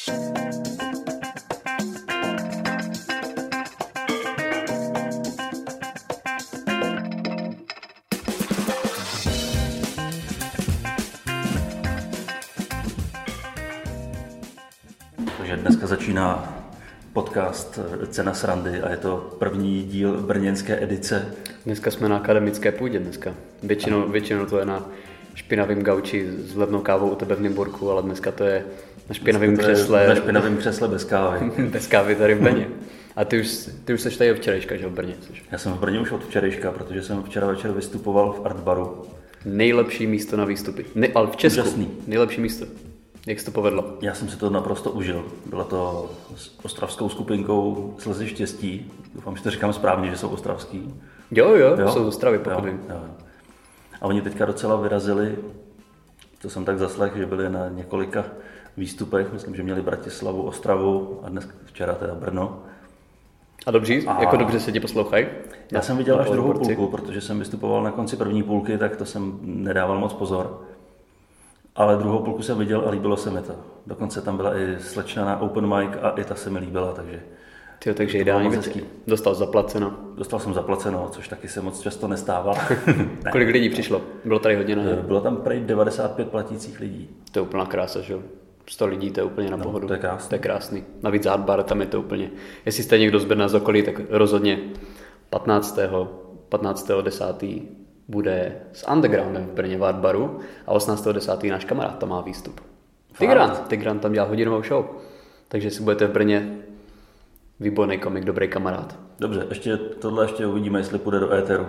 Takže dneska začíná podcast Cena srandy a je to první díl brněnské edice. Dneska jsme na akademické půdě dneska. Většinou to je na špinavém gauči s levnou kávou u tebe v Nymburku, ale dneska to je na špinavém křesle. Na špinavém křesle bez kávy. Bez kávy tady v Brně. A ty už seš tady od včerejška, že v Brně? Já jsem v Brně už od včerejška, protože jsem včera večer vystupoval v Artbaru. Nejlepší místo na výstupy. Ale v Česku. Úžasný. Nejlepší místo. Jak se to povedlo? Já jsem si to naprosto užil. Bylo to s ostravskou skupinkou Slzy štěstí. Doufám, že to říkám správně, že jsou ostravský. Jo, jsou z Ostravy, pokud vím. Jo. A oni teďka docela vyrazili, to jsem tak zaslech, že byli na několika výstupech. Myslím, že měli Bratislavu, Ostravu a dnes včera teda Brno. A dobře se ti poslouchají? Já jsem viděl až druhou půlku, protože jsem vystupoval na konci první půlky, tak to jsem nedával moc pozor. Ale druhou půlku jsem viděl a líbilo se mi to. Dokonce tam byla i slečna na open mic a i ta se mi líbila, takže ideálně dostal zaplaceno. Dostal jsem zaplaceno, což taky se moc často nestává. Kolik lidí přišlo? Bylo tady hodně, ne? Bylo tam prej 95 platících lidí. To je úplná krása, že jo? 100 lidí, to je úplně na pohodu. To je krásný. To je krásný. Navíc Artbar, tam je to úplně. Jestli jste někdo z Brna z okolí, tak rozhodně 15.10. bude s Undergroundem v Brně v Artbaru a 18.10. náš kamarád tam má výstup. Tigran tam dělá hodinovou show. Takže jestli budete v Brně, výborný komik, dobrý kamarád. Dobře, tohle ještě uvidíme, jestli půjde do éteru.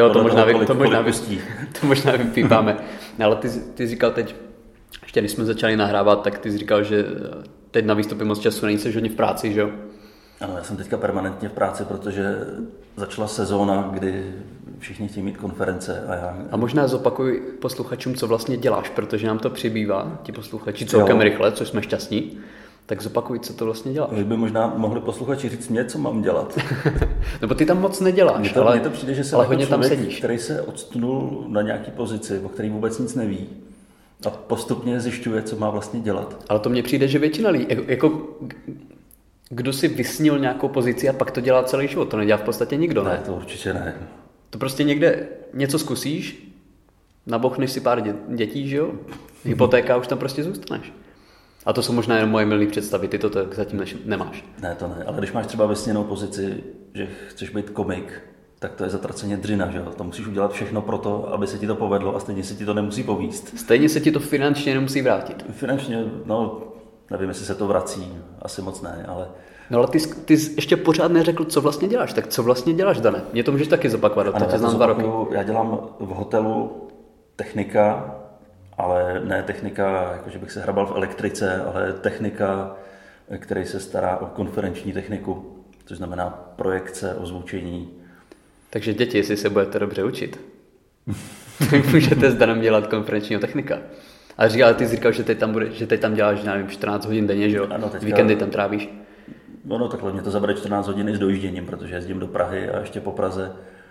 To možná vypípáme. Ale ty říkal teď, ještě když jsme začali nahrávat, tak ty jsi říkal, že teď na výstupy moc času nejseš hodně v práci, že jo? Ano, já jsem teďka permanentně v práci, protože začala sezóna, kdy všichni chtějí mít konference a možná zopakuj posluchačům, co vlastně děláš, protože nám to přibývá, ti posluchači celkem rychle, což jsme šťastní. Tak zopakuj, co to vlastně děláš. Vy by možná mohli posluchači říct mě, co mám dělat. No, ty tam moc neděláš, mně to přijde, že jsem ale hodně tam sedíš. Který se odstnul na nějaký pozici, o který vůbec nic neví a postupně zjišťuje, co má vlastně dělat. Ale to mně přijde, že většina lidí, jako kdo si vysnil nějakou pozici a pak to dělá celý život, to nedělá v podstatě nikdo, ne? Ne, to určitě ne. To prostě někde něco zkusíš, nabochneš si pár dětí, že jo? Hypotéka, už tam prostě zůstaneš. A to jsou možná jen moje milé představy, ty to zatím nemáš. Ne, to ne, ale když máš třeba vysněnou pozici, že chceš být komik, tak to je zatraceně dřina, že jo? To musíš udělat všechno pro to, aby se ti to povedlo a stejně se ti to nemusí povíst. Stejně se ti to finančně nemusí vrátit. Finančně, no, nevím, jestli se to vrací, asi moc ne, ale... No ale ty ještě pořád neřekl, co vlastně děláš, tak co vlastně děláš, Dane? Mě to můžeš taky zopakovat, protože znám 2 roky. Já dělám v hotelu technika, ale ne technika, jakože bych se hrabal v elektrice, ale technika, který se stará o konferenční techniku, což znamená projekce, ozvučení. Takže děti, jestli se budete dobře učit, můžete s Danem dělat konferenčního technika. Ale ty jsi říkal, že teď tam děláš, nevím, 14 hodin denně, že jo? Ano, teďka... Víkendy tam trávíš. No, takhle mě to zabere 14 hodin i s dojížděním, protože jezdím do Prahy a ještě po Praze.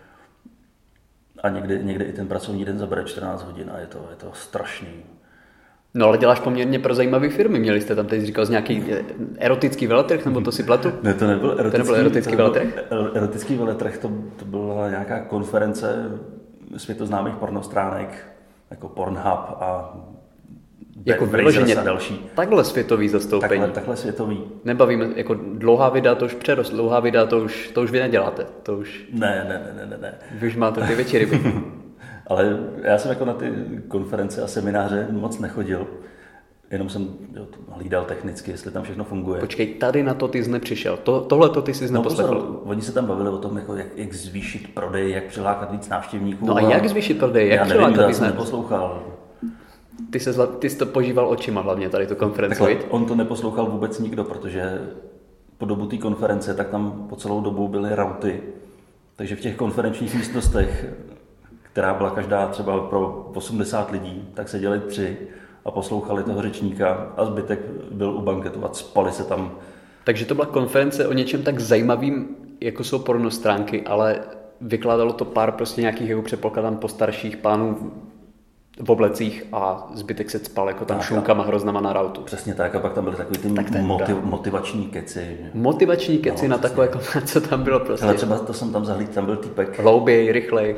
A někdy i ten pracovní den zabere 14 hodin a je to strašný. No ale děláš poměrně pro zajímavé firmy. Měli jste tam teď říkal z nějaký erotický veletrh, nebo to si platu? Ne, to nebyl erotický veletrh? Erotický veletrh, to byla nějaká konference světoznámých pornostránek, jako Pornhub a jako vyloženě takhle světový zastoupení. Takhle světový. Nebavíme, jako dlouhá videa to už přerost, dlouhá videa to už vy neděláte. To už... Ne. Vy už máte ty větší ryby. Ale já jsem jako na ty konference a semináře moc nechodil. Jenom jsem hlídal technicky, jestli tam všechno funguje. Počkej, tady na to ty jsi nepřišel. Tohle to ty jsi neposlechl. Oni se tam bavili o tom, jako jak zvýšit prodej, jak přilákat víc návštěvníků. No a jak zvýšit prodej? Jak přilákat víc neposlouchal. Ty jsi to požíval očima hlavně tady tu konferenci. Takhle, on to neposlouchal vůbec nikdo, protože po dobu té konference, tak tam po celou dobu byly rauty. Takže v těch konferenčních místnostech, která byla každá třeba pro 80 lidí, tak seděli 3 a poslouchali toho řečníka a zbytek byl u banketu a spali se tam. Takže to byla konference o něčem tak zajímavým, jako jsou pornostránky, ale vykládalo to pár prostě nějakých, jako předpokládám, postarších pánů v oblecích a zbytek se cpal jako tam šunkama hroznama na rautu. Přesně tak, a pak tam byly takový ty motivační keci. Motivační keci na takové, jako, co tam bylo prostě. Ale třeba to jsem tam zahlídl, tam byl týpek. Hlouběj, rychlej.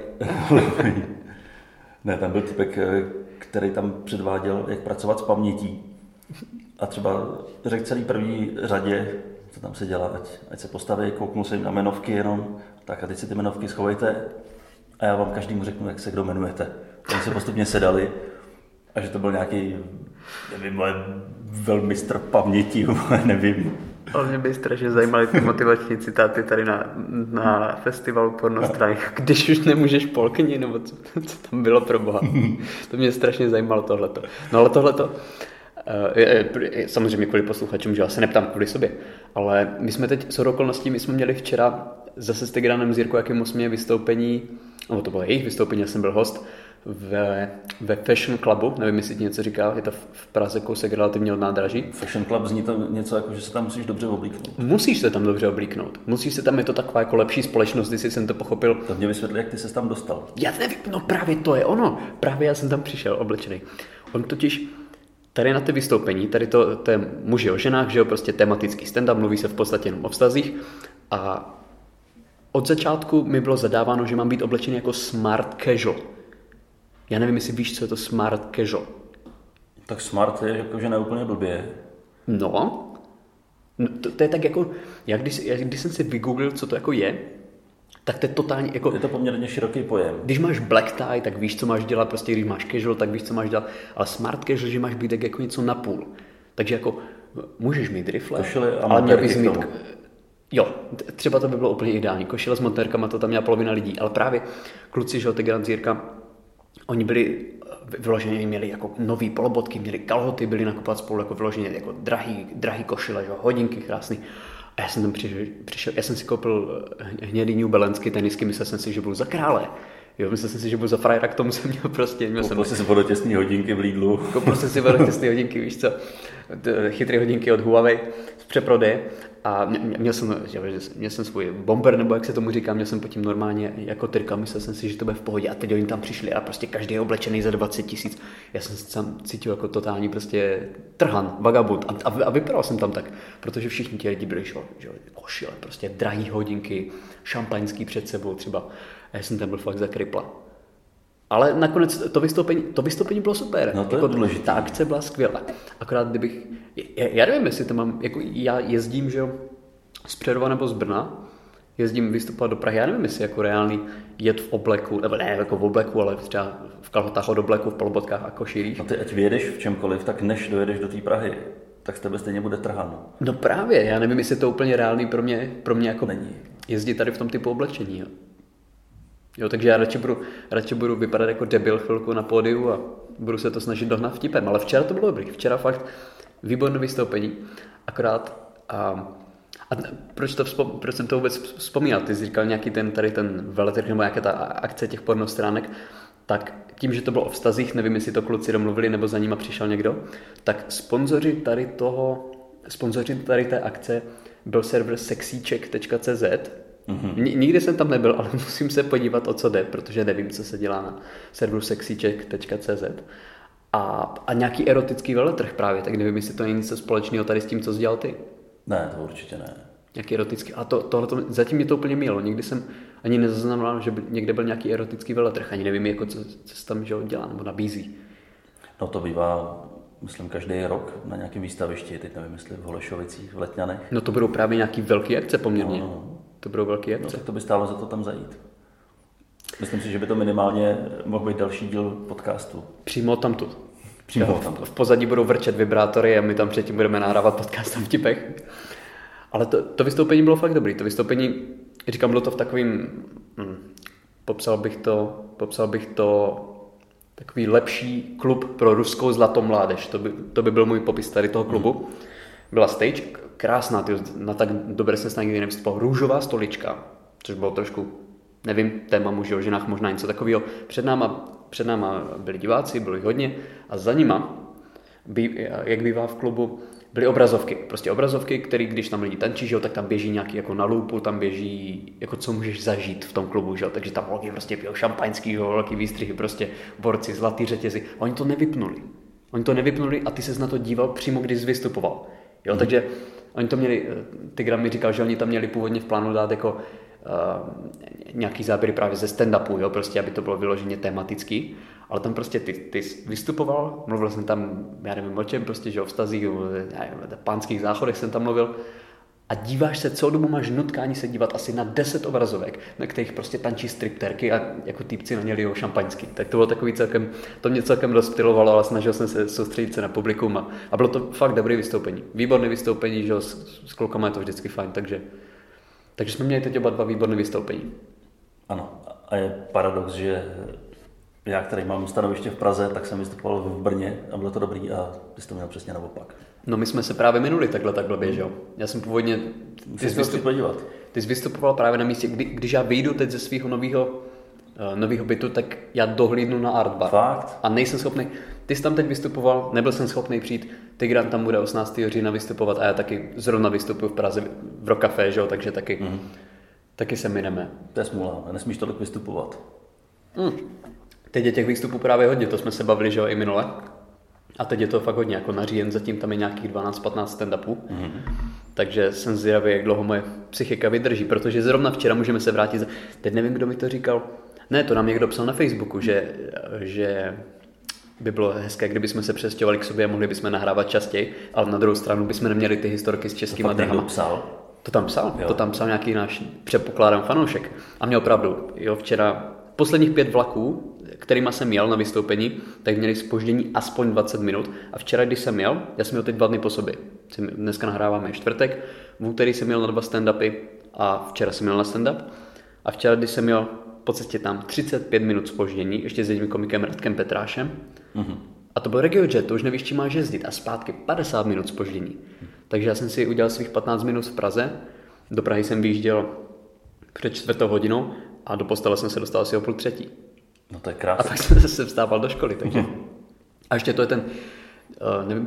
Ne, tam byl týpek, který tam předváděl, jak pracovat s pamětí. A třeba řekl celý první řadě, co tam se dělá, ať se postaví, kouknu se jim na jmenovky jenom, tak a teď si ty jmenovky schovejte a já vám každému řeknu, jak se kdo jmenujete. Oni se postupně sedali a že to byl nějaký, nevím, velmistr paměti, nevím. Ale mě by strašně zajímaly ty motivační citáty tady na festivalu pornostrany. Když už nemůžeš polkni, nebo co tam bylo pro boha. To mě strašně zajímalo tohleto. No ale tohleto, samozřejmě kvůli posluchačům, že já se neptám kvůli sobě, ale my jsme teď, s okolností, my jsme měli včera zase s Tigranem z Jirkou Jakým jsme vystoupení, nebo to bylo jejich vystoupení, já jsem byl host, ve Fashion Clubu, nevím, jestli ti něco říká, je to v Praze kousek relativně od nádraží. Fashion Club zní to něco jako, že se tam musíš dobře oblíknout. Musíš se tam dobře oblíknout. Musíš se tam, je to taková jako lepší společnost, když jsem to pochopil. To mě vysvětli, jak ty ses tam dostal. Já nevím, no právě to je ono. Právě já jsem tam přišel oblečený. On totiž tady na ty vystoupení, tady to je muži o ženách, že jo, prostě tematický stand-up, mluví se v podstatě jenom o vztazích a od začátku mi bylo zadáváno, že mám být oblečený jako smart casual. Já nevím, jestli víš, co je to smart casual. Tak smart je jakože neúplně blbě. No to je tak jako, když jsem si vygooglil, co to jako je, tak to je totálně jako... Je to poměrně široký pojem. Když máš black tie, tak víš, co máš dělat, prostě když máš casual, tak víš, co máš dělat, ale smart casual, že máš být tak jako něco napůl. Takže jako můžeš mít rifle, ale měl bys mít... Jo, třeba to by bylo úplně ideální. Košile s montérkama, to tam měla polovina lidí, ale právě kluci, že Tigran z Jirka, oni byli vyloženě, měli jako nový polobotky, měli kalhoty, byli nakupovat spolu jako vyloženě jako drahý košile, že? Hodinky krásný. A já jsem tam přišel, já jsem si koupil hnědý New Balance tenisky, myslel jsem si, že budu za krále. Jo, myslel jsem si, že budu za frajera, k tomu jsem měl prostě... Koupil jsi si vodotěsný hodinky v Lidlu. Koupil jsem si vodotěsný hodinky, víš co, chytré hodinky od Huawei z přeprodeje. A měl jsem svůj bomber, nebo jak se tomu říká, měl jsem pod tím normálně jako tyrka, myslel jsem si, že to bude v pohodě a teď oni tam přišli a prostě každý je oblečený za 20 000. Já jsem se tam cítil jako totální prostě trhan, vagabund a vypadal jsem tam tak, protože všichni ti lidi byli že košile, prostě drahý hodinky, šampaňský před sebou třeba a já jsem tam byl fakt za krypla. Ale nakonec to vystoupení bylo super. No to jako je důležité. Ta akce byla skvělá. Akorát kdybych... Já nevím, jestli to mám... Jako já jezdím, že jo, z Přerova nebo z Brna. Jezdím vystupovat do Prahy. Já nevím, jestli jako reálný jet v obleku, nebo ne jako v obleku, ale třeba v kalhotách od obleku, v polobotkách a košilích. No ty ať vyjedeš v čemkoliv, tak než dojedeš do té Prahy, tak z tebe stejně bude trhan. No právě, já nevím, jestli to úplně reálný pro mě jako není. Jezdit tady v tom typu oblečení. Jo, takže já radši budu vypadat jako debil chvilku na pódiu a budu se to snažit dohnat vtipem. Ale včera to bylo dobrý. Včera fakt výborné vystoupení. Akorát a proč jsem to vůbec vzpomínal? Ty jsi říkal nějaký ten veletrh nebo nějaká ta akce těch pornostránek, tak tím, že to bylo o vztazích, nevím, jestli to kluci domluvili nebo za nima přišel někdo, tak sponzoři tady té akce byl server sexycheck.cz. Nikdy jsem tam nebyl, ale musím se podívat, o co jde, protože nevím, co se dělá na serveru sexycheck.cz. A nějaký erotický veletrh právě, tak nevím, jestli to není něco společného tady s tím, co jsi dělal ty. Ne, to určitě ne. Nějaký erotický, a tohle zatím mě to úplně mílo. Nikdy jsem ani nezaznamenal, že by někde byl nějaký erotický veletrh, ani nevím, jako co se tam dělá nebo nabízí. No to bývá, myslím, každý rok na nějakém výstavišti, teď nevím, jestli v Holešovicích, v Letňanech. No to budou právě nějaký velký akce poměrně. No. To budou velký akce. No tak to by stálo za to tam zajít. Myslím si, že by to minimálně mohl být další díl podcastu. Přímo tamtud. V pozadí budou vrčet vibrátory a my tam předtím budeme nahrávat podcast o vtipech. Ale to vystoupení bylo fakt dobrý. To vystoupení, říkám, bylo to v takovým, popsal bych to takový lepší klub pro ruskou zlatou mládež. To by byl můj popis tady toho klubu. Byla stage, krásná, na tak dobré se snad nikdy nevystupoval. Růžová stolička, což bylo trošku, nevím, téma muži o ženách, možná něco takového. Před náma byli diváci, bylo jich hodně a za nima, jak bývá v klubu, byly obrazovky. Prostě obrazovky, které když tam lidi tančí, že jo, tak tam běží nějaký jako na loopu, tam běží, jako co můžeš zažít v tom klubu, že jo. Takže tam holky prostě pijou šampaňský, jo, velký výstřihy, prostě borci, zlatý řetězy. A oni to nevypnuli a ty ses na to díval přímo, když jsi vystupoval. Jo, takže oni to měli, Tigra mi říkal, že oni tam měli původně v plánu dát jako nějaký záběry právě ze stand-upu, jo, prostě, aby to bylo vyloženě tematický, ale tam prostě ty vystupoval, mluvil jsem tam, já nevím o čem, prostě, že o vztazích, o pánských záchodech jsem tam mluvil a díváš se, celou dobu máš nutkání se dívat asi na 10 obrazovek, na kterých prostě tančí stripterky a jako týpci na ně lijou šampaňský. Tak to bylo takový celkem, to mě celkem rozptylovalo, ale snažil jsem se soustředit se na publikum a bylo to fakt dobré vystoupení. Výborné vystoupení, že s klukama je to vždycky fajn, takže jsme měli teď oba dva výborné vystoupení. Ano, a je paradox, že já, který mám stanoviště v Praze, tak jsem vystupoval v Brně a bylo to dobrý a ty jsi to měl přesně naopak. No my jsme se právě minuli tak blbě, že jo? Já jsem původně... Ty jsi vystupoval právě na místě, když já vyjdu teď ze svého nového bytu, tak já dohlídnu na Art Bar. Fakt? A nejsem schopný. Ty jsi tam teď vystupoval, nebyl jsem schopný přijít. Tigran tam bude 18. října vystupovat a já taky zrovna vystupuju v Praze v Rock Café, že jo? Takže taky se mineme. To je smůla, nesmíš tolik vystupovat. Teď je těch výstupů právě hodně, to jsme se bavili, že jo, i minule. A teď je to fakt hodně, jako na říjen zatím tam je nějakých 12-15 stand-upů. Takže jsem zvědavý, jak dlouho moje psychika vydrží, protože zrovna včera můžeme se vrátit. Teď nevím, kdo mi to říkal. Ne, to nám někdo psal na Facebooku, že by bylo hezké, kdyby jsme se přestěhovali k sobě a mohli bychom nahrávat častěji, ale na druhou stranu bychom neměli ty historky s českýma drahama. To tam psal nějaký náš, předpokládám, fanoušek. A měl pravdu. Jo, včera posledních 5 vlaků, kterýma jsem jel na vystoupení, tak měli zpoždění aspoň 20 minut. A včera, když jsem jel, já jsem jel teď 2 dny po sobě. Dneska nahráváme čtvrtek, v úterý jsem jel na 2 stand-upy a včera jsem jel na stand-up. A včera, když jsem jel po cestě tam 35 minut zpoždění, ještě s jedním komikem Radkem Petrášem. A to byl RegioJet, to už nevíš, čím máš jezdit. A zpátky 50 minut zpoždění. Takže já jsem si udělal svých 15 minut v Praze. Do Prahy jsem vyjížděl před 4 hodinou a do postele jsem se dostal asi o 2:30. No to je krásné. A pak jsem se vstával do školy, takže. A ještě to je ten, nevím,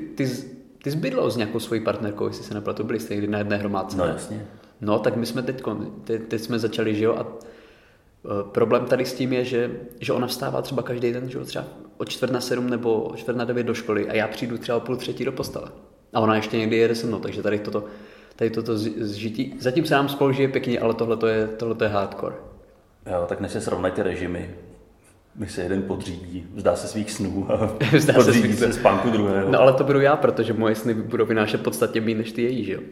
ty jsi bydlel s nějakou svojí partnerkou, jestli se nepletu, byli jste někdy na jedné hromádce. No jasně. No, tak my jsme teď jsme začali, že jo, a problém tady s tím je, že ona vstává třeba každý den, že jo, třeba od 6:45 nebo od 6:45 do školy a já přijdu třeba o 2:30 do postele. A ona ještě někdy jede se mnou, takže tady toto zžití. Zatím se nám spolu žije pěkně, ale tohle je hardcore. Jo, tak než se srovnají ty režimy, my se jeden podřídí, vzdá se svých snů a podřídí se spánku druhého. No ale to budu já, protože moje sny budou vynášet podstatně méně než ty její, že jo.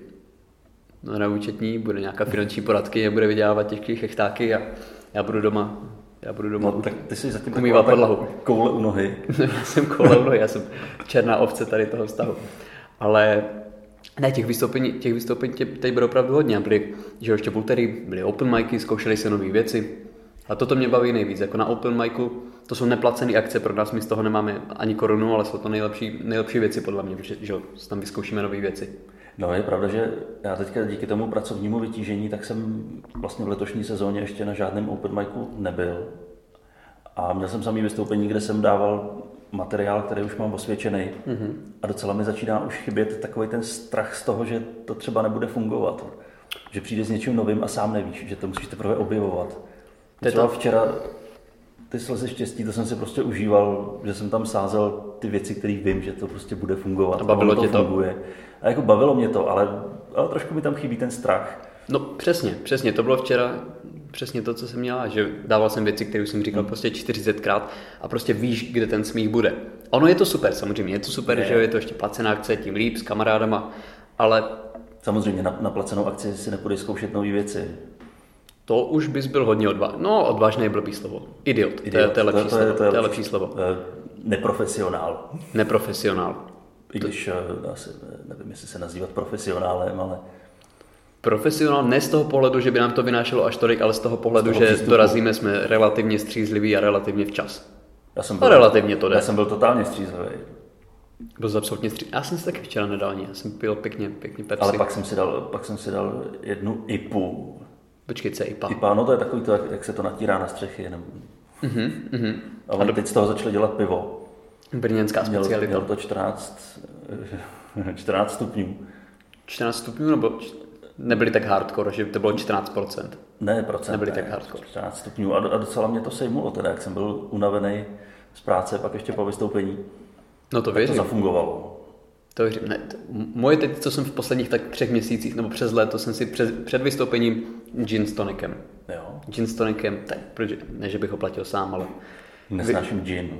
No na účetní bude nějaká finanční poradky, bude vydělávat těžké chechtáky a já budu doma. No tak ty jsi zatím umývat podlahu. Koule u nohy. Já jsem koule u nohy, já jsem černá ovce tady toho vztahu. Ale ne, těch vystoupení teď bylo opravdu hodně. Byly, že ještě v úterý byly open micy, zkoušeli se nové věci. A toto mě baví nejvíc. Jako na open micu, to jsou neplacené akce pro nás, my z toho nemáme ani korunu, ale jsou to nejlepší věci podle mě, protože že tam vyzkoušíme nové věci. No je pravda, že já teďka díky tomu pracovnímu vytížení, tak jsem vlastně v letošní sezóně ještě na žádném open micu nebyl. A měl jsem samý vystoupení, kde jsem dával materiál, který už mám osvědčený. A docela mi začíná už chybět takový ten strach z toho, že to třeba nebude fungovat. Že přijde s něčím novým a sám nevíš, že to musíš teprve objevovat. Třeba včera ty slzy štěstí, to jsem si prostě užíval, že jsem tam sázel ty věci, které vím, že to prostě bude fungovat. A bavilo tě to? Funguje. A jako bavilo mě to, ale trošku mi tam chybí ten strach. No přesně, to bylo včera přesně to, co jsem měla, že dával jsem věci, které jsem říkal prostě 40krát a prostě víš, kde ten smích bude. Ono je to super, samozřejmě, je to super, že je to ještě placená akce, tím líp s kamarádama, ale... Samozřejmě na placenou akci si nepůjdeš zkoušet nové věci. To už bys byl hodně odvážný. No, odvážný je blbý slovo. Idiot. To je lepší slovo. To je lepší slovo. Neprofesionál. I když asi nevím, jestli se nazývat profesionálem, ale... Profesionál ne z toho pohledu, že by nám to vynášelo až tolik, ale z toho pohledu, že dorazíme, jsme relativně střízliví a relativně včas. Relativně to jde. Já jsem byl totálně střízlivý. Byl absolutně střízlivý. Já jsem si taky včera nedal ani. Já jsem pil pěkně Pepsi. Ale pak jsem si dal jednu IPu. Počkej, co je IPA? IPA, no to je takový to, jak se to natírá na střechy. A oni teď z toho začali dělat pivo. Brněnská specialita. Měl to 14 stupňů. 14 stupňů, nebo nebyli tak hardcore, že to bylo 14%? Ne, procent. Nebyli tak hardcore. 14 stupňů a docela mě to sejmulo teda, jak jsem byl unavený z práce, pak ještě po vystoupení. No to věřím. To zafungovalo. To věřím. Ne, moje teď, co jsem v posledních tak 3 měsících nebo přes léto, jsem si před vystoupením gin s tonikem. Jo. Gin s tonikem, tak, ne, že bych ho platil sám, ale... Nesnáším gin.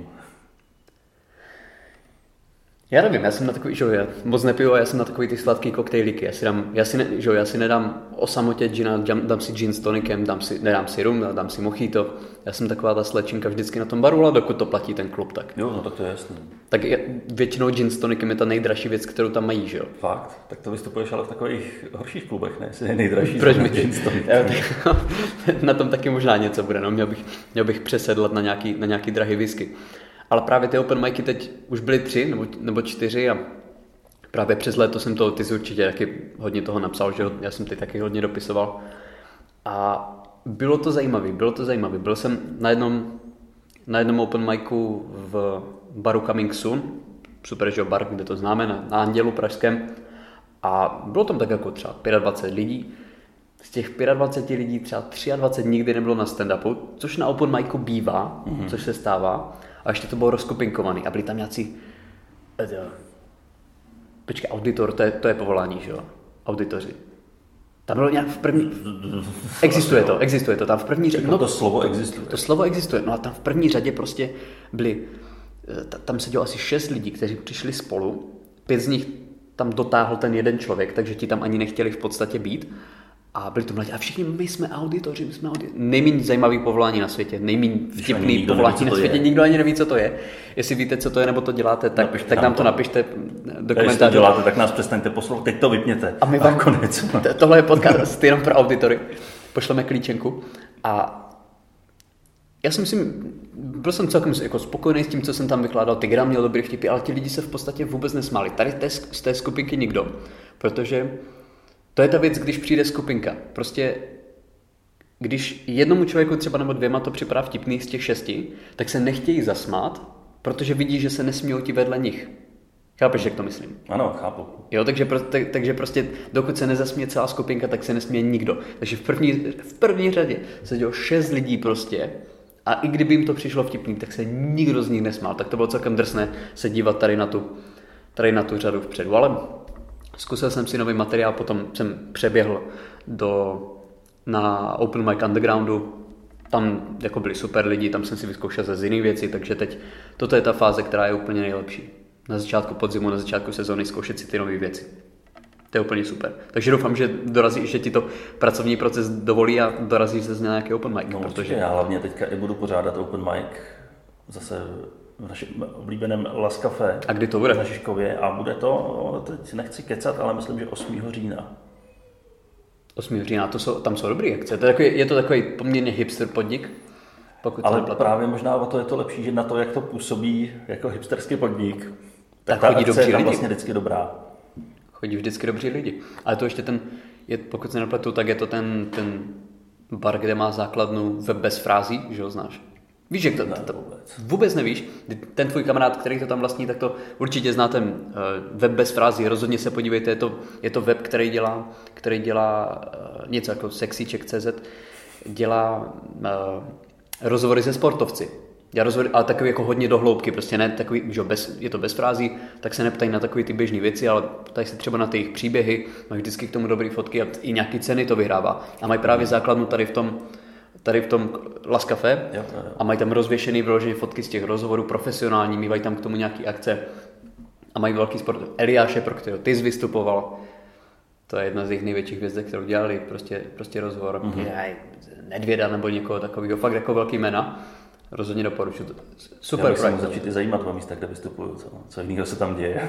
Já nevím, já jsem na takový, že já moc nepiju a já jsem na takový ty sladký koktejlíky. Já si nedám o samotě gina, dám si gin s tonikem, nedám si rum, dám si mojito. Já jsem taková ta slečinka vždycky na tom baru, ale dokud to platí ten klub, tak. Jo, no tak to je jasný. Tak většinou gin s tonikem je ta nejdražší věc, kterou tam mají, že jo? Fakt? Tak to vystupuješ ale v takových horších klubech, ne? Jsi nejdražší. Proč mi gin s tonikem? Na tom taky možná něco bude, no. Měl bych přesedlat na nějaký drahý whisky. Ale právě ty open micy teď už byly 3 nebo 4 a právě přes léto jsem to, ty jsi určitě taky hodně toho napsal, že já jsem teď taky hodně dopisoval. A bylo to zajímavé. Byl jsem na jednom open micu v baru Coming Soon, super, že bar, kde to známe, na Andělu pražském. A bylo tam tak jako třeba 25 lidí. Z těch 25 lidí třeba 23 nikdy nebylo na stand-upu, což na open micu bývá, což se stává. A ještě to bylo rozkupinkovaný a byli tam nějací... Počkej, auditor, to je povolání, že jo? Auditoři. Tam bylo nějak v první... Existuje to. Tam v první řadě... No, to slovo existuje. To slovo existuje. No a tam v první řadě prostě byli... Tam sedělo asi 6 lidí, kteří přišli spolu. 5 z nich tam dotáhl ten jeden člověk, takže ti tam ani nechtěli v podstatě být. A byli to mladí. A všichni, my jsme auditoři. Nejméně zajímavý povolání na světě, nejméně vtipný povolání na světě. Nikdo ani neví, co to je. Jestli víte, co to je, nebo to děláte, tak nám to napište do komentářů. Jestli to děláte, tak nás přestaňte poslouchat. Teď to vypněte. A my vám konec. Tohle je podcast jenom pro auditory. Pošleme klíčenku. A já si myslím, byl jsem celkem jako spokojený s tím, co jsem tam vykládal. Tigram měl dobrý vtipy, ale ti lidi se v podstatě vůbec nesmáli. Tady z té skupinky nikdo. Protože to je ta věc, když přijde skupinka. Prostě, když jednomu člověku třeba nebo 2 to připadá vtipný z těch 6, tak se nechtějí zasmát, protože vidí, že se nesmějou ti vedle nich. Chápeš, jak to myslím? Ano, chápu. Jo, takže prostě dokud se nezasměje celá skupinka, tak se nesměje nikdo. Takže v první řadě sedělo 6 lidí prostě a i kdyby jim to přišlo vtipný, tak se nikdo z nich nesmál. Tak to bylo celkem drsné se dívat tady na tu řadu vpředu. Ale zkusil jsem si nový materiál, potom jsem přeběhl na Open Mic Undergroundu. Tam jako byli super lidi, tam jsem si vyzkoušel ze jiných věcí, takže teď toto je ta fáze, která je úplně nejlepší. Na začátku podzimu, na začátku sezóny zkoušet si ty nové věci. To je úplně super. Takže doufám, že ti to pracovní proces dovolí a dorazíš se z nějaký open mic. No, protože já hlavně teďka i budu pořádat open mic zase v našem oblíbeném Las Café. A kdy to bude? Na Žižkově a bude to, teď nechci kecat, ale myslím, že 8. října. 8. října, tam jsou dobrý akce. Je to takový poměrně hipster podnik. Ale právě možná o to je to lepší, že na to, jak to působí jako hipsterský podnik, tak ta chodí akce je tam lidi. vlastně vždycky dobrá. Chodí vždycky dobří lidi. Ale to ještě pokud se nepletu, tak je to ten bar, kde má základnu web bez frází, že ho znáš? Víš, jak to vůbec nevíš? Ten tvůj kamarád, který to tam vlastní, tak to určitě zná ten web bez frází. Rozhodně se podívejte, je to web, který dělá něco jako sexyček.cz, dělá rozhovory se sportovci. Ale takový jako hodně do hloubky, prostě ne takový, že je to bez frází, tak se neptají na takové ty běžné věci, ale ptají se třeba na ty jejich příběhy, mají vždycky k tomu dobré fotky a i nějaký ceny to vyhrává. A mají právě základnu tady v tom Las Café a mají tam rozvěšený vyložené fotky z těch rozhovorů profesionální, mývají tam k tomu nějaký akce a mají velký sport. Eliáše, pro kterého ty jsi vystupoval, to je jedna z jejich největších hvězdek, kterou dělali, prostě rozhovor. Nedvěda nebo někoho takového, fakt jako velký jména. Rozhodně doporučuji. Super projekt. Já bych se začít i zajímat o místa, kde vystupuju, co jiného se tam děje.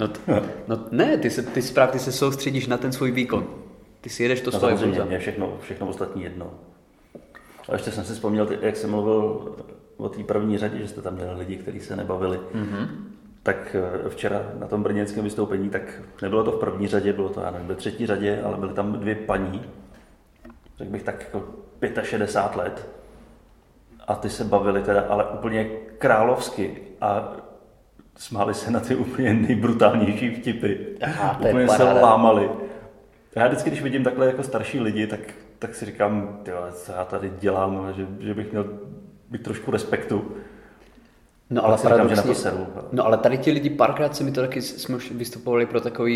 Ne, ty se soustředíš na ten svůj výkon. Ty si jedeš to svoje buze. Mě všechno ostatní jedno. A ještě jsem si vzpomněl, jak jsem mluvil o té první řadě, že jste tam měli lidi, kteří se nebavili. Mm-hmm. Tak včera na tom brněnském vystoupení, tak nebylo to v první řadě, bylo to ve 3. řadě, ale byly tam 2 paní, řekl bych tak jako 65 let. A ty se bavili teda, ale úplně královsky. A smáli se na ty úplně nejbrutálnější vtipy. Aha, to je úplně se paráda. lámali. Já vždycky, když vidím takhle jako starší lidi, tak si říkám, tyhle, co já tady dělám, že bych měl být trošku respektu. No ale říkám, že na to paradoxně, seru. no ale tady ti lidi párkrát se mi to taky, jsme už vystupovali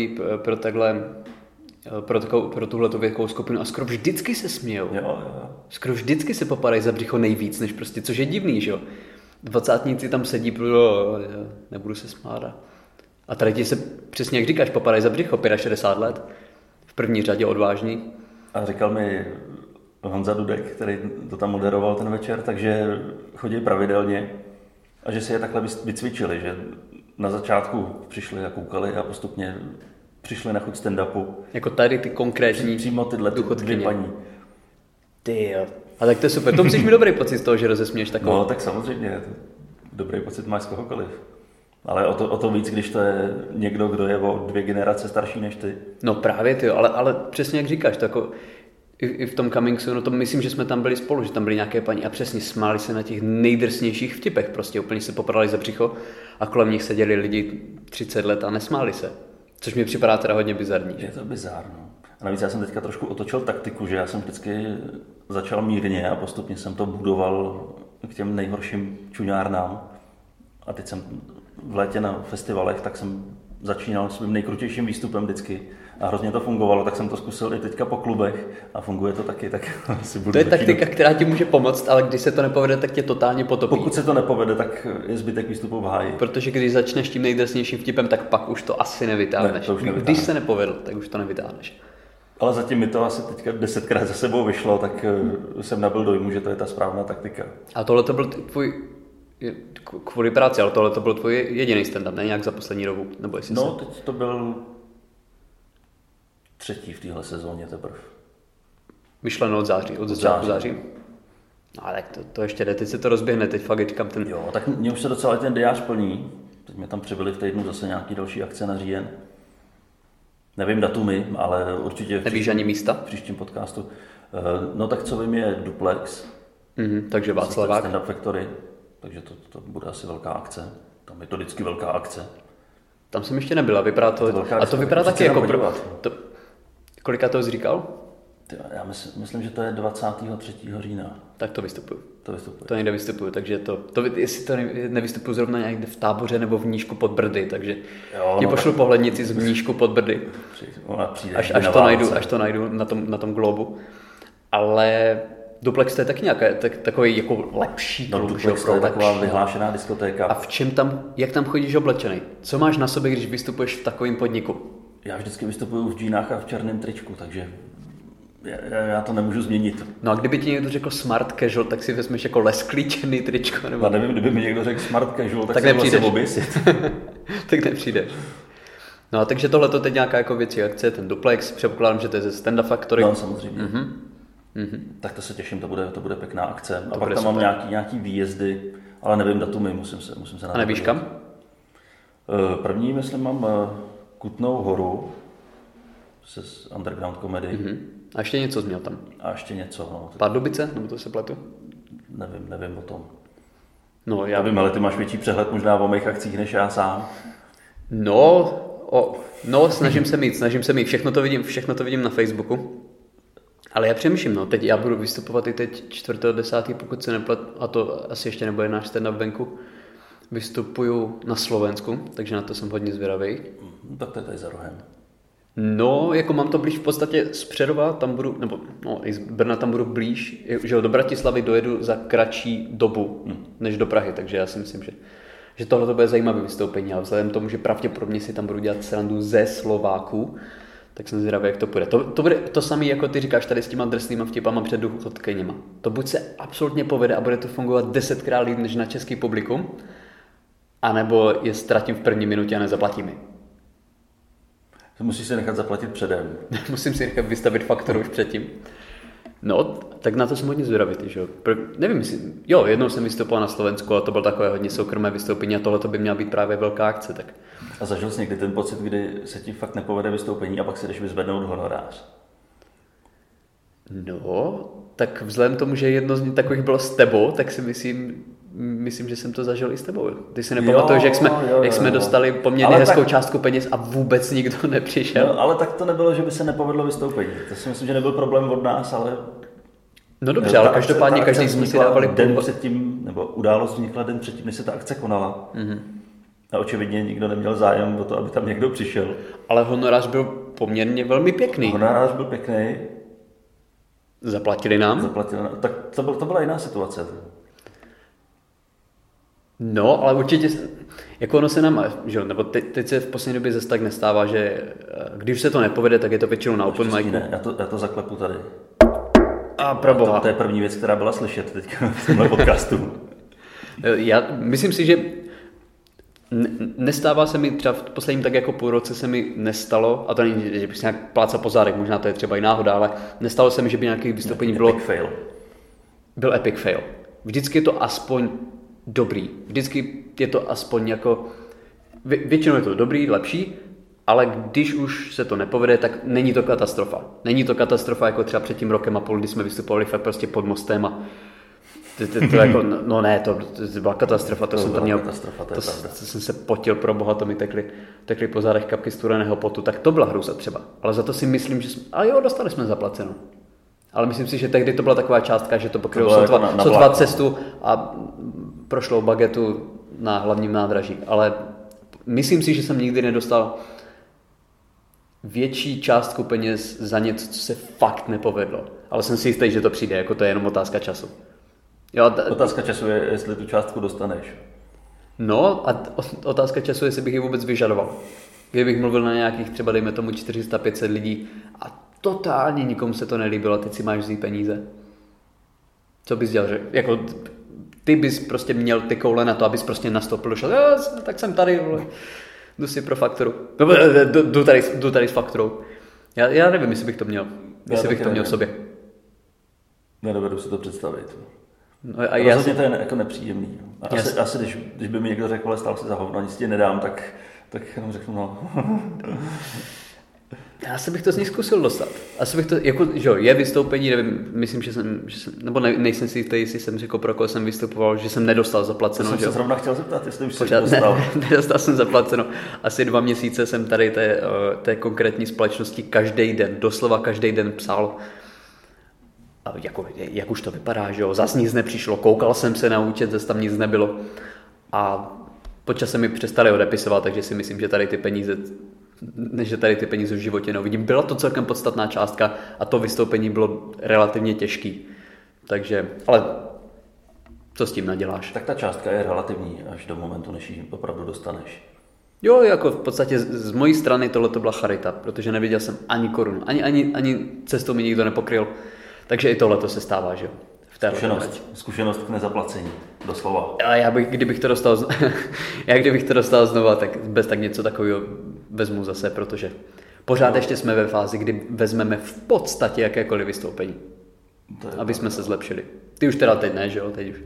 pro tuhleto věkovou skupinu a skoro vždycky se smějou. Jo. Skoro vždycky se popadají za břicho nejvíc, než prostě, což je divný, že jo. Dvacátníci tam sedí, nebudu se smát. A tady ti se, přesně jak říkáš, popadají za břicho, 65 let. V první řadě odvážný. A říkal mi Honza Dudek, který to tam moderoval ten večer, takže chodí pravidelně a že si je takhle vycvičili, že na začátku přišli a koukali a postupně přišli na chuť stand-upu. Jako tady ty konkrétní Přímo tyhle dvě paní. Ty jo. A tak to je super. To musíš mi dobrý pocit z toho, že rozesměješ takovou. No tak samozřejmě, dobrý pocit máš z kohokoliv. Ale o to víc, když to je někdo, kdo je o 2 generace starší než ty. No právě ty jo, ale přesně jak říkáš, to jako i v tom Coming Soon, no to myslím, že jsme tam byli spolu, že tam byly nějaké paní a přesně smáli se na těch nejdrsnějších vtipech, prostě úplně se popadali za břicho a kolem nich seděli lidi 30 let a nesmáli se. Což mi připadá teda hodně bizarní. Je to bizárno. A navíc já jsem teďka trošku otočil taktiku, že já jsem vždycky začal mírně a postupně jsem to budoval k těm nejhorším čuňárnám. A teď jsem v létě na festivalech, tak jsem začínal svým nejkrutějším výstupem vždycky. A hrozně to fungovalo, tak jsem to zkusil i teďka po klubech a funguje to taky, tak asi budu To je začínat. taktika, která ti může pomoct, ale když se to nepovede, tak tě totálně potopí. Pokud se to nepovede, tak je zbytek výstupu v háji. Protože když začneš tím nejdrsnějším vtipem, tak pak už to asi nevytáhneš. Ne, to už nevytáhneš. Když se nepovedl, tak už to nevytáhneš. Ale zatím mi to asi teďka 10krát za sebou vyšlo, tak jsem nabyl dojmu, že to je ta správná taktika. A tohle to byl tvůj, kvůli práci, ale tohle to byl tvůj jediný stand-up, ne nějak za poslední dobu? Nebo jestli No, teď to byl 3. v téhle sezóně teprve. Myšleno od září, od začátku září. No, ale tak to ještě jde, teď se to rozběhne, teď fakt říkám ten... Jo, tak mě už se docela ten diář plní. Teď mě tam přibyly v týdnu zase nějaký další akce na říjen. Nevím datumy, ale určitě Nevíš ani místa? v příštím podcastu. No tak co vím je Duplex. Takže Václavák. Stand-up Factory. Takže to bude asi velká akce. Tam je to vždycky velká akce. Tam jsem ještě nebyla, vypadá to... A to vypadá taky jako... Kolika to jsi říkal? Já myslím, že to je 23. října. Tak to vystupuju. To někde vystupuju, takže jestli to nevystupuju zrovna někde v Táboře nebo v Mníšku pod Brdy, takže ti pošlu pohlednici z Mníšku pod Brdy. Až to najdu na tom globu. Ale Duplex to je taky nějaké, takový jako lepší klub. No, Duplex to je taková vyhlášená diskotéka. A jak tam chodíš oblečený? Co máš na sobě, když vystupuješ v takovém podniku? Já vždycky vystupuju v džínách a v černém tričku, takže já to nemůžu změnit. No a kdyby ti někdo řekl smart casual, tak si vezmeš jako lesklý černý tričko? Nebo... Já nevím, kdyby mi někdo řekl smart casual, tak se musím oběsit. Tak nepřijdeš. No a takže tohle to teď nějaká jako věcí akce, ten Duplex, předpokládám, že to je ze Stand-up Factory. No, samozřejmě. Tak to se těším, to bude pěkná akce. A pak tam mám nějaký výjezdy, ale nevím datumy, musím se na to. A nevíš kam? První, myslím, mám Kutnou Horu se underground komedy. A ještě něco jsi měl tam? A ještě něco, no. Pardubice? Nebo to se pletu? Nevím o tom. No, já vím, ale ty máš větší přehled možná o mých akcích než já sám. No, snažím se mít. Všechno to vidím na Facebooku. Ale já přemýšlím, teď já budu vystupovat i teď 4.10., pokud se nepletu, a to asi ještě nebude náš stand-up venku. Vystupuju na Slovensku, takže na to jsem hodně zvědavý. Tak to je tady za rohem. No, jako mám to blíž v podstatě z Přerova, tam budu, i z Brna tam budu blíž, že do Bratislavy dojedu za kratší dobu, než do Prahy, takže já si myslím, že tohle to bude zajímavé vystoupení, ale vzhledem k tomu, že pravděpodobně si tam budu dělat srandu ze Slováků, tak jsem zvědavý, jak to půjde. To bude to samé, jako ty říkáš tady s těma drsnýma vtipama před důchodkyněma. To buď se absolutně povede a bude to fungovat 10krát líp než na český publikum, anebo je ztratím v první minutě a nezaplatím mi. Musíš si nechat zaplatit předem. Musím si nechat vystavit fakturu už předtím. No, tak na to jsem hodně zvědavý, že jo. Nevím, jednou jsem vystupoval na Slovensku a to bylo takové hodně soukromé vystoupení a tohle by měla být právě velká akce, tak. A zažil jsi někdy ten pocit, kdy se ti fakt nepovede vystoupení a pak si jdeš vyzvednout honorář? No, tak vzhledem tomu, že jedno z nich takových bylo s tebou, tak si myslím, myslím, že jsem to zažil i s tebou. Ty si nepamatuješ, jak jsme dostali poměrně hezkou částku peněz a vůbec nikdo nepřišel. No, ale tak to nebylo, že by se nepovedlo vystoupení. To si myslím, že nebyl problém od nás, ale... No dobře, ale každopádně každý jsme si dávali... Den předtím, nebo událost vznikla den předtím, než se ta akce konala. Mm-hmm. A očividně nikdo neměl zájem o to, aby tam někdo přišel. Ale honorář byl poměrně velmi pěkný. Honorář byl pěkný. Zaplatili nám? Tak to byla jiná situace. No, ale určitě, jako ono se nám, že, nebo teď se v poslední době zase tak nestává, že když se to nepovede, tak je to většinou na open micu. Ne, já to zaklepu tady. A proboha. To je první věc, která byla slyšet teď v tomhle podcastu. Já myslím si, že nestává se mi, třeba v posledním tak jako půl roce se mi nestalo, a to není, že bych si nějak plácal po zádech, možná to je třeba i náhoda, ale nestalo se mi, že by nějaký vystoupení bylo... Epic fail. Byl epic fail. Vždycky je to aspoň dobrý. Vždycky je to aspoň jako... Většinou je to dobrý, lepší, ale když už se to nepovede, tak není to katastrofa. Není to katastrofa jako třeba před tím rokem a půl, kdy jsme vystupovali fakt prostě pod mostem a to jako, no ne, to byla katastrofa, to jsem tam měl, to jsem se potil, pro boha, to mi tekly po zádech kapky studeného potu, tak to byla hrůza třeba. Ale za to si myslím, že ale jo, dostali jsme zaplaceno. Ale myslím si, že tehdy to byla taková částka, že to pokrylo sotva cestu a prošlo bagetu na hlavním nádraží. Ale myslím si, že jsem nikdy nedostal větší částku peněz za něco, co se fakt nepovedlo. Ale jsem si jistý, že to přijde, jako to je jenom otázka času. Jo, otázka času je, jestli tu částku dostaneš. No a otázka času je, jestli bych ji vůbec vyžadoval. Kdybych mluvil na nějakých třeba, dejme tomu 400-500 lidí a totálně nikomu se to nelíbilo, teď si máš vzít peníze. Co bys dělal? Že, jako, ty bys prostě měl ty koule na to, abys prostě nastoupil, šel, tak jsem tady, vole. Jdu si pro fakturu. Jdu tady s fakturou. Já nevím, jestli bych to měl. Jestli bych to měl v sobě. Nedovedu si to představit. No rozhodně to je jako nepříjemný. Asi když by mi někdo řekl, ale stál si za hovno, nic ti nedám, tak jenom řeknu, no. Já se bych to z ní zkusil dostat. Asi bych to, jako, že je vystoupení, nevím, myslím, že jsem nebo nejsem si jistý, jestli jsem řekl, pro koho jsem vystupoval, že jsem nedostal zaplaceno. To jsem se zrovna chtěl zeptat, jestli už jsi dostal. Nedostal jsem zaplaceno. Asi 2 měsíce jsem tady té konkrétní společnosti každý den, doslova každý den psal, jak už to vypadá, že jo, zas nic nepřišlo, koukal jsem se na účet, zase tam nic nebylo a po čase mi přestali odepisovat, takže si myslím, že tady ty peníze v životě neuvidím. Byla to celkem podstatná částka a to vystoupení bylo relativně těžký, takže, ale co s tím naděláš? Tak ta částka je relativní až do momentu, než ji opravdu dostaneš. Jo, jako v podstatě z mojí strany tohle to byla charita, protože neviděl jsem ani korunu, ani cestou mi nikdo nepokryl. Takže i tohle to se stává, že jo? Zkušenost k nezaplacení, doslova. A kdybych to dostal znova, tak bez tak něco takového vezmu zase, protože pořád ještě jsme ve fázi, kdy vezmeme v podstatě jakékoliv vystoupení, aby jsme se zlepšili. Ty už teda teď ne, že jo? Teď už.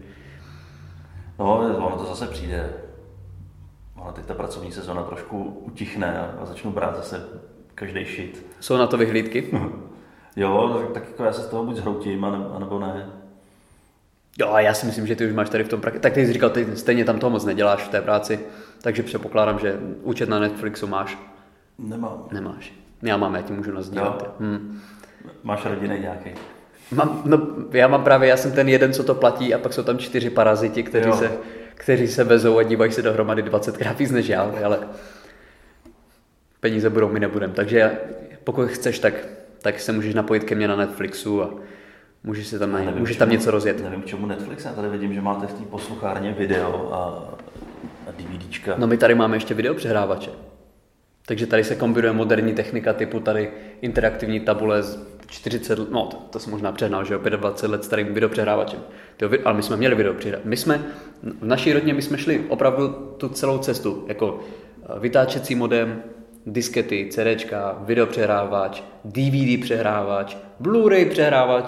No, ono to zase přijde. Ale teď ta pracovní sezona trošku utichne a začnu brát zase každý shit. Jsou na to vyhlídky? Jo, tak jako já se z toho buď zhroutím, anebo ne. Jo, a já si myslím, že ty už máš tady v tom tak ty jsi říkal, ty stejně tam toho moc neděláš v té práci, takže předpokládám, že účet na Netflixu máš. Nemám. Nemáš. Já mám, já ti můžu nazdílet. Máš rodiny nějaký? Já jsem ten jeden, co to platí a pak jsou tam 4 paraziti, kteří se vezou a dívají se dohromady 20krát víc než já, ale peníze budou, my nebudem. Takže pokud chceš, tak se můžeš napojit ke mně na Netflixu a můžeš tam něco rozjet. Nevím, k čemu Netflix, já tady vidím, že máte v té posluchárně video a DVDčka. No my tady máme ještě videopřehrávače. Takže tady se kombinuje moderní technika typu tady interaktivní tabule z 40, no to jsem možná přehnal, že jo, 25 let starým videopřehrávačem. Ale my jsme měli videopřehrávač. V naší rodině my jsme šli opravdu tu celou cestu, jako vytáčecí modem, diskety, CDčka, videopřehrávač, DVD přehrávač, Blu-ray přehrávač.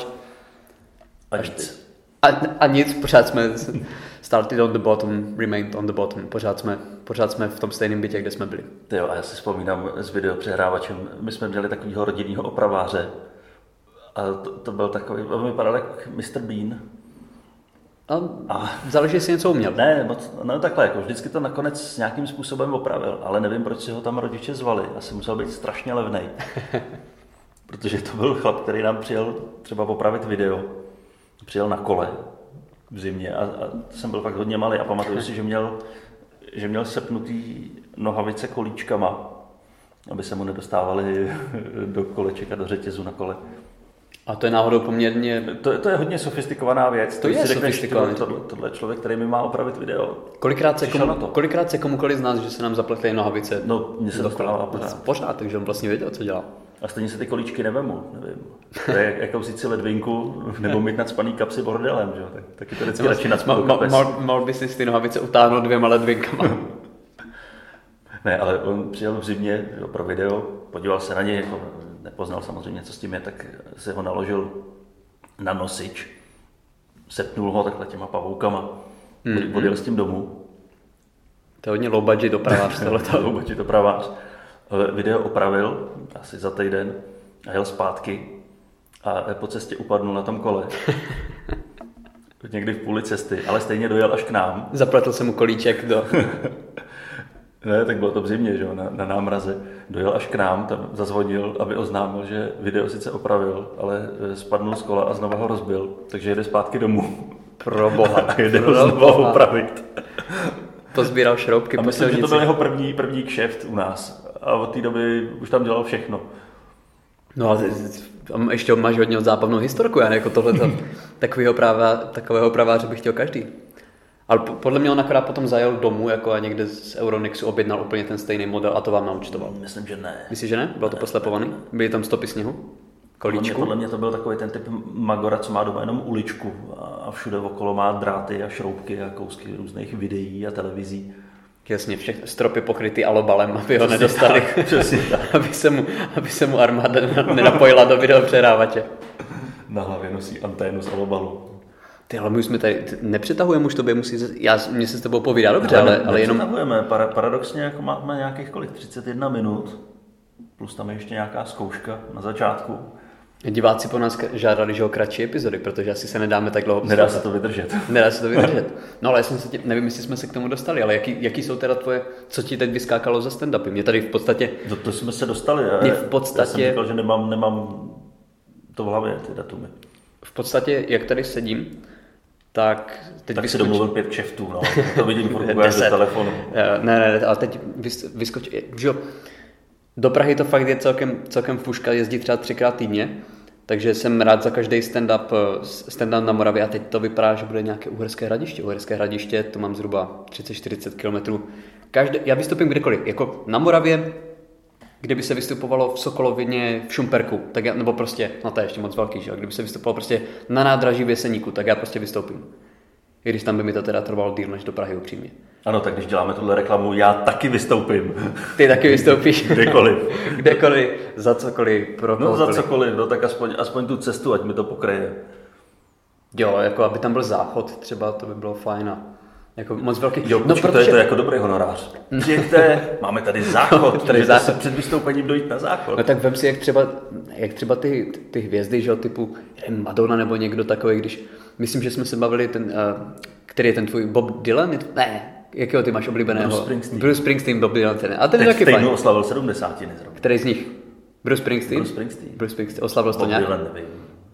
A nic, pořád jsme started on the bottom, remained on the bottom. Pořád jsme v tom stejném bytě, kde jsme byli. Jo, a já si vzpomínám s videopřehrávačem, my jsme měli takovýho rodinného opraváře a to byl takový, on vypadal jak Mr. Bean. A záleží, jestli něco uměl. Ne, no takhle, jako vždycky to nakonec nějakým způsobem opravil, ale nevím, proč si ho tam rodiče zvali. Asi musel být strašně levnej. Protože to byl chlap, který nám přijel třeba opravit video. Přijel na kole v zimě a jsem byl fakt hodně malý a pamatuju si, že měl sepnutý nohavice kolíčkama, aby se mu nedostávali do koleček a do řetězu na kole. A to je náhodou poměrně... To je hodně sofistikovaná věc. To je sofistikovaný. Tohle je člověk, který mi má opravit video. Kolikrát se komukoliv z nás, že se nám zapletly nohavice? No, mně se to stává pořád, takže on vlastně věděl, co dělal. A stejně se ty kolíčky nevemu, nevím. To je jakousi si ledvinku, nebo mít nadspaný kapsy bordelem, že jo? Taky to vždycky radši nadspanou kapes. Mohl by si z ty nohavice utáhnout 2 ledvinkama. Ne, ale on přijel v zimě pro video, podíval se na něj, jako nepoznal samozřejmě, co s tím je, tak se ho naložil na nosič, sepnul ho takhle těma pavoukama, odjel s tím domů. To je hodně low budget opravář. Low budget opravář. Video opravil asi za týden a jel zpátky a po cestě upadnul na tom kole. Někdy v půli cesty, ale stejně dojel až k nám. Zapletl se mu kolíček do... Ne, tak bylo to v zimě, že jo, na námraze. Dojel až k nám, tam zazvonil, aby oznámil, že video sice opravil, ale spadnul z kola a znova ho rozbil, takže jede zpátky domů. Pro boha. A jede ho znova opravit. Pozbíral šroubky. A myslím, že to byl jeho první kšeft u nás. A od té doby už tam dělal všechno. No a ještě máš hodně zábavnou historku, já jako tohleto takového praváře bych chtěl každý. Ale podle mě on akorát potom zajel domů jako a někde z Euronixu objednal úplně ten stejný model a to vám naúčtoval. Myslím, že ne. Myslíš, že ne? Bylo to poslepovaný? Byly tam stopy sněhu? Kolíčku? Podle mě to byl takový ten typ magora, co má doma jenom uličku a všude okolo má dráty a šroubky a kousky různých videí a televizí. Jasně, všechny stropy pokrytý alobalem, aby ho nedostali. Přesně tak. aby se mu armáda nenapojila do videopřehrávače. Na hlavě nosí anténu z alobalu. Ty, ale my už jsme tady, nepřetahujeme už tobě, mě se s tebou povídá dobře, ale jenom... Nepřetahujeme, paradoxně jako máme nějakých 31 minut, plus tam je ještě nějaká zkouška na začátku. Diváci po nás žádali, že o kratší epizody, protože asi se nedáme tak dlouho. Nedá se to vydržet. No ale nevím, jestli jsme se k tomu dostali, ale jaký jsou teda tvoje, co ti teď vyskákalo za stand-upy? Mě tady v podstatě... To jsme se dostali. Já jsem říkal, že nemám to v hlavě, ty datumy. V podstatě, jak tady sedím, tak si domluvil 5 kšeftů, no. To vidím furt do telefonu. Ne, ale teď vyskočil, že jo, do Prahy to fakt je celkem fuška, jezdí třeba 3krát týdně, takže jsem rád za každý stand-up na Moravě a teď to vypadá, že bude nějaké Uherské Hradiště. Uherské Hradiště, to mám zhruba 30-40 km. Já vystupím kdekoliv, jako na Moravě, kde by se vystupovalo v Sokolovině, v Šumperku, nebo prostě, no to je ještě moc velký, že jo, kdyby se vystupovalo prostě na nádraží v Jeseníku, tak já prostě vystoupím. I když tam by mi to teda trvalo díl než do Prahy, upřímně. Ano, tak když děláme tuhle reklamu, já taky vystoupím. Ty taky vystoupíš? Kdekoliv. Za cokoliv, pro kohokoliv. No za cokoliv, no tak aspoň tu cestu, ať mi to pokryje. Jo, jako aby tam byl záchod třeba, to by bylo fajn a jako moc velký. Jo, to je to jako dobrý honorář. Přijďte, máme tady záchod, můžete se před vystoupením dojít na záchod. No tak vem si, jak třeba ty hvězdy, že jo, typu Madonna nebo někdo takový, když, myslím, že jsme se bavili který je ten tvůj Bob Dylan? Ne, jakého ty máš oblíbeného? Bruce Springsteen, Bob Dylan, ten. A ten je taky fajn. Teď oslavil 70. Který z nich? Bruce Springsteen, oslavil to nějak. Bob Dylan, nevím.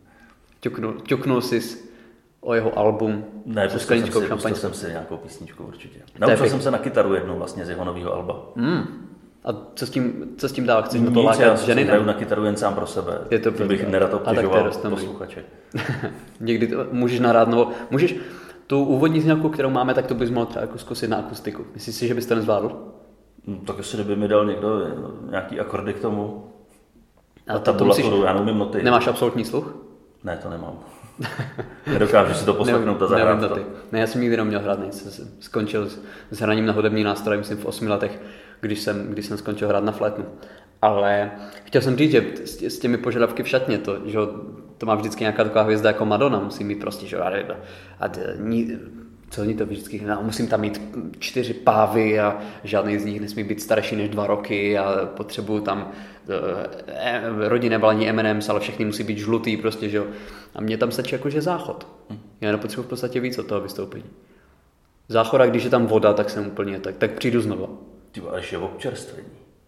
Ťuknul jsi o jeho album. Ne, pustil jsem si nějakou písničku určitě. Naučil jsem se na kytaru jednou vlastně z jeho nového alba. A co s tím dál? Chceš na to lákat ženy? Já hraju na kytaru jen sám pro sebe. Je to bych nerad obtěžoval posluchače. Někdy to můžeš nahrát, nebo můžeš tu úvodní znělku, kterou máme, tak to bys mohl třeba jako zkusit na akustiku. Myslíš si, že bys to nezvládl? Tak jestli kdyby mi dal někdo nějaký akordy k tomu. A tabulaturu, já neumím noty. Nemáš absolutní sluch? Ne, to nemám. Nedokážu si to poslechnout a zahrát to. Ne, já jsem nikdy neměl hrát nic. Skončil s hraním na hudební nástroje, myslím v 8 letech, když jsem skončil hrát na flétnu. Ale chtěl jsem říct, že s těmi požadavky v šatně, že to má vždycky nějaká taková hvězda jako Madonna, musí mít prostě, že co oni to vždycky, musím tam mít 4 pávy a žádný z nich nesmí být starší než 2 roky a potřebuju tam rodinné balení M&M's, ale všechny musí být žlutý prostě, že jo. A mně tam stačí jakože záchod. Já nepotřebuji v podstatě víc od toho vystoupení. Záchora, když je tam voda, tak jsem úplně, tak přijdu znova. Ty až je občerstvení.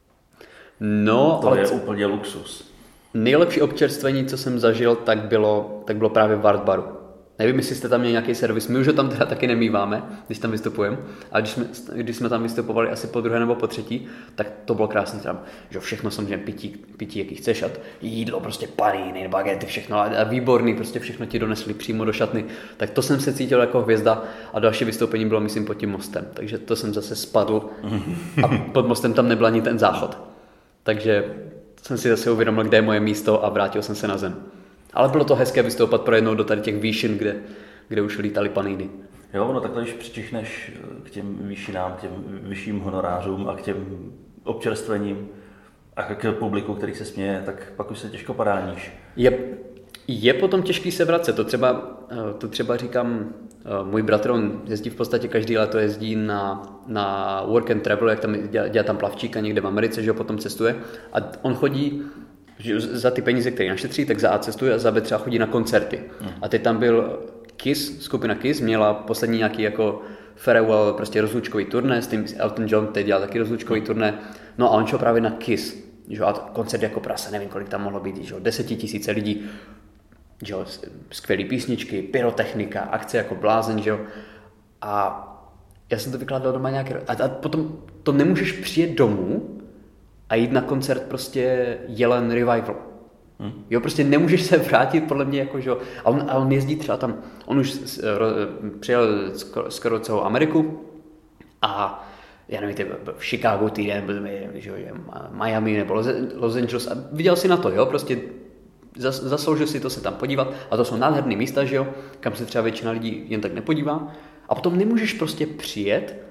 No, to je úplně luxus. Nejlepší občerstvení, co jsem zažil, tak bylo právě v Art Baru. Nevím, jestli jste tam měli nějaký servis, my už ho tam teda taky nemýváme, když tam vystupujeme, a když jsme tam vystupovali asi po druhé nebo po třetí, tak to bylo krásné tam, že všechno samozřejmě pití, jaký chceš, a jídlo, prostě paniny, bagety, všechno a výborný, prostě všechno ti donesli přímo do šatny, tak to jsem se cítil jako hvězda a další vystoupení bylo, myslím, pod tím mostem, takže to jsem zase spadl a pod mostem tam nebyl ani ten záchod, takže jsem si zase uvědomil, kde je moje místo a vrátil jsem se na zem. Ale bylo to hezké vystoupat pro jednou do tady těch výšin, kde už lítaly paniny. Jo, no takhle, když přičišneš k těm výšinám, k těm vyšším honorářům a k těm občerstvením a k publiku, který se směje, tak pak už se těžko padáníš. Je potom těžký se vracet. To třeba říkám, můj bratr, on jezdí v podstatě každý léto, jezdí na work and travel, jak tam dělá tam plavčíka někde v Americe, že ho potom cestuje. A on chodí za ty peníze, které našetří, tak za A cestuje a za B třeba chodí na koncerty. A teď tam byl Kiss, skupina Kiss, měla poslední nějaký jako farewell, prostě rozlučkový turné, s tím Elton John teď dělal taky rozlučkový turné. No a on šel právě na Kiss, že? A koncert jako prasa, nevím, kolik tam mohlo být, že? 10 000 lidí, že? Skvělý písničky, pyrotechnika, akce jako blázen, že? A já jsem to vykládal doma nějaké... A potom to nemůžeš přijet domů a jít na koncert prostě Jelen Revival. Jo, prostě nemůžeš se vrátit, podle mě, jako, že jo. A on jezdí třeba tam, on už přijel skoro celou Ameriku a já nevím, v Chicago týden, že Miami nebo Los Angeles a viděl si na to, jo, prostě zasloužil si to se tam podívat a to jsou nádherný místa, že jo, kam se třeba většina lidí jen tak nepodívá a potom nemůžeš prostě přijet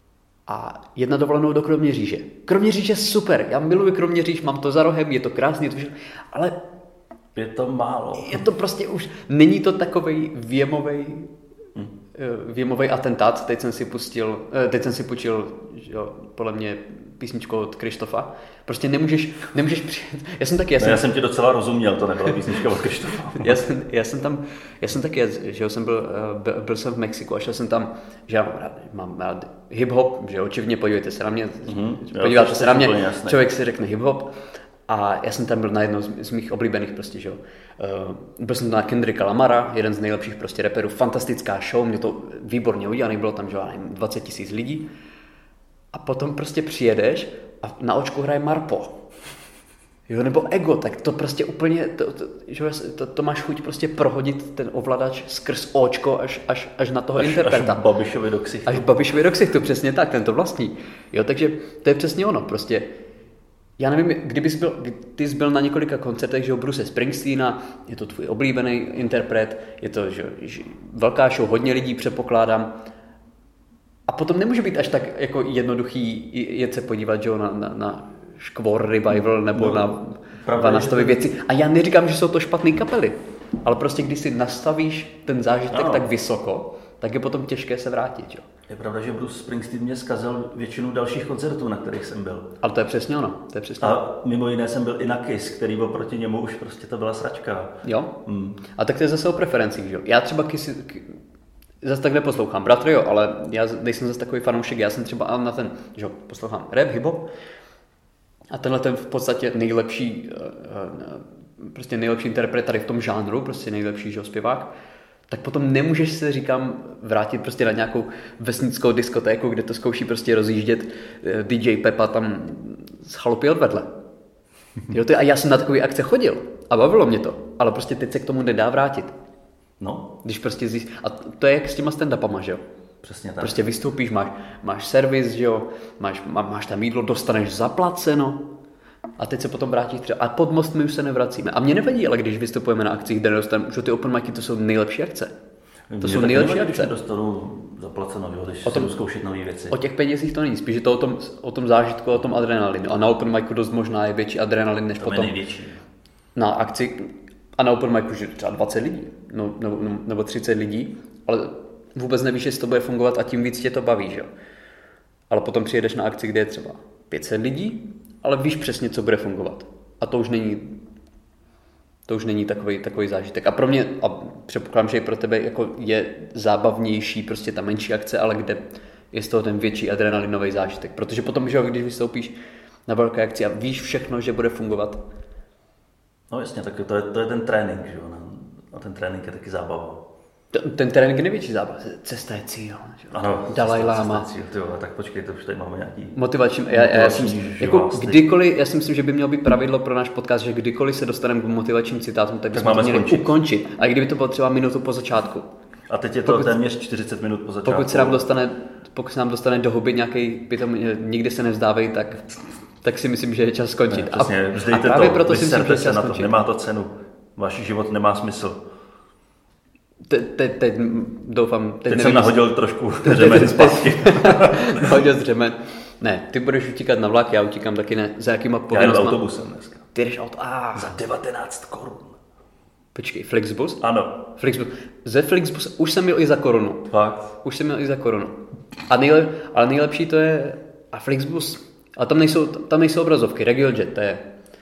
a jet na dovolenou do Kroměříže. Kroměříž je super, já miluji Kroměříž, mám to za rohem, je to krásný, ale je to málo. Je to prostě už, není to takovej věmovej atentát, teď jsem si půjčil, jo, podle mě písničku od Krištofa. Prostě nemůžeš přijet. Já jsem ti docela rozuměl, to nebyla písnička od Krištofa. já jsem taky, že jsem byl jsem v Mexiku a šel jsem tam, že já mám rád hip-hop, že očividně podívejte se na mě, podíváte se na mě, člověk si řekne hip-hop. A já jsem tam byl na jednou z mých oblíbených prostě, že jo. Byl jsem na Kendricka Lamara, jeden z nejlepších prostě raperů, fantastická show, mě to výborně udělané, bylo tam, že jo, 20 000 lidí. A potom prostě přijedeš a na očku hraje Marpo. Jo, nebo Ego, tak to prostě úplně, to máš chuť prostě prohodit ten ovladač skrz očko až na toho interpreta. Až Babišovi do ksichtu. Až Babišovi do ksichtu, přesně tak, ten to vlastní. Jo, takže to je přesně ono, prostě. Já nevím, ty jsi byl na několika koncertech, že Bruce Springsteena, je to tvůj oblíbený interpret, je to že velká show, hodně lidí předpokládám. A potom nemůže být až tak jako jednoduchý jet se podívat, že na Škvor Revival nebo na Vanastovy věci. A já neříkám, že jsou to špatné kapely, ale prostě když si nastavíš ten zážitek tak vysoko, tak je potom těžké se vrátit. Jo. Je pravda, že Bruce Springsteen mě zkazil většinu dalších koncertů, na kterých jsem byl. Ale to je přesně ono. A mimo jiné jsem byl i na Kiss, který byl proti němu už prostě to byla sračka. Jo? A tak to je zase o preferencích, že jo? Já třeba Kiss zase tak neposlouchám. Bratr jo, ale já nejsem zase takový fanoušek. Já jsem třeba na ten, že jo, poslouchám rap, hip-hop. A tenhle ten v podstatě nejlepší interpret tady v tom žánru, prostě nejlepší, že jo, zpěvák. Tak potom nemůžeš se, říkám, vrátit prostě na nějakou vesnickou diskotéku, kde to zkouší prostě rozjíždět DJ Pepa tam z chalupy odvedle. Jo, a já jsem na takové akce chodil a bavilo mě to, ale prostě teď se k tomu nedá vrátit. No. Když prostě a to je jak s těma stand-upama, že jo? Přesně tak. Prostě vystoupíš, máš servis, že jo? Máš tam jídlo, dostaneš zaplaceno. A teď se potom vrátíš třeba. A pod most my už se nevracíme. A mě nevadí, ale když vystupujeme na akcích, kde dostaneme, že ty open micy, to jsou nejlepší akce. To jsou nejlepší akce. Když dostanu zaplaceno, když se zkoušet nové věci. O těch penězích to není, spíš je to o tom zážitku, o tom adrenalinu. A na open micu dost možná je větší adrenalin, než potom největší. Na akci. A na open micu, že třeba 20 lidí, nebo 30 lidí, ale vůbec nevíš, jestli to bude fungovat a tím víc tě to baví, že jo. Ale potom přijedeš na akci, kde je třeba 500 lidí, ale víš přesně, co bude fungovat. A to už není takový zážitek. A pro mě, a předpokládám, že i pro tebe jako je zábavnější prostě ta menší akce, ale kde je z toho ten větší adrenalinový zážitek. Protože potom, že když vystoupíš na velké akci a víš všechno, že bude fungovat. No jasně, tak to je ten trénink, že jo? A ten trénink je taky zábava. Ten trénink je největší zábava. Cesta je cíl. Ano, Dalaj Lama. Tak počkej, to už tady máme nějaký motivační. Já si myslím, že by mělo být pravidlo pro náš podcast, že kdykoliv se dostaneme k motivačním citátům, tak bychom to měli ukončit. A kdyby to bylo třeba minutu po začátku. A teď je to téměř 40 minut po začátku. Pokud se nám dostane do huby nějaký pitom, nikdy se nevzdávej, tak si myslím, že je čas skončit. Ne, přesně, a právě proto si myslím, že je čas na to. skončit. Nemá to cenu. Váš život nemá smysl. Teď doufám... Teď jsem nahodil trošku řemen zpátky. Nahodil řemen. Ne, ty budeš utíkat na vlak, já utíkám taky ne. Za jakýma povinnostma? Já jdu autobusem dneska. Ty jdeš auto. Za 19 korun. Počkej, Flixbus? Ano. Flixbus. Ze Flixbus už jsem měl i za korunu. Fakt? Už jsem měl i za korunu. Ale nejlepší to je... A Flixbus... Ale tam nejsou obrazovky. RegioJet, to je...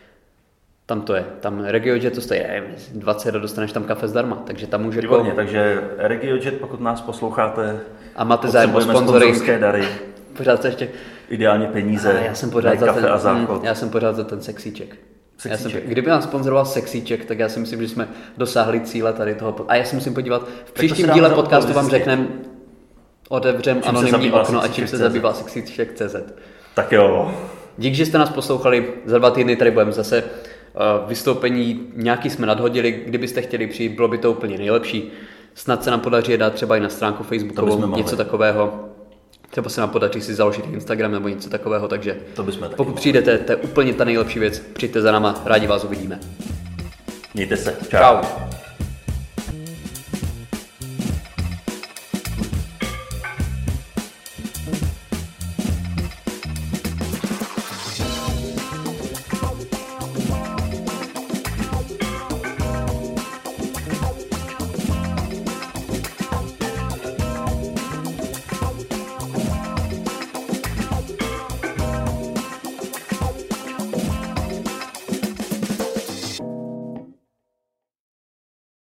Tam RegioJet to stojí 20 a dostaneš tam kafe zdarma, takže tam může... Výborně, takže RegioJet, pokud nás posloucháte... A máte zájem o sponzorské dary. Pořád se ještě... Ideálně peníze, kafe a záchod. Já jsem pořád za ten sexíček. Kdyby nám sponzoroval sexíček, tak já si myslím, že jsme dosáhli cíle tady toho. A já si musím podívat, v příštím díle podcastu vám řekneme, otevřem anonymní okno a čím se zabývá sexíček.cz. Tak jo. Díky, že jste nás poslouchali. Za 2 týdny tady budeme zase vystoupení. Nějaký jsme nadhodili. Kdybyste chtěli přijít, bylo by to úplně nejlepší. Snad se nám podaří je dát třeba i na stránku facebookovou, něco takového. Třeba se nám podaří si založit Instagram nebo něco takového, takže pokud přijdete, to je úplně ta nejlepší věc. Přijďte za náma, rádi vás uvidíme. Mějte se. Čau.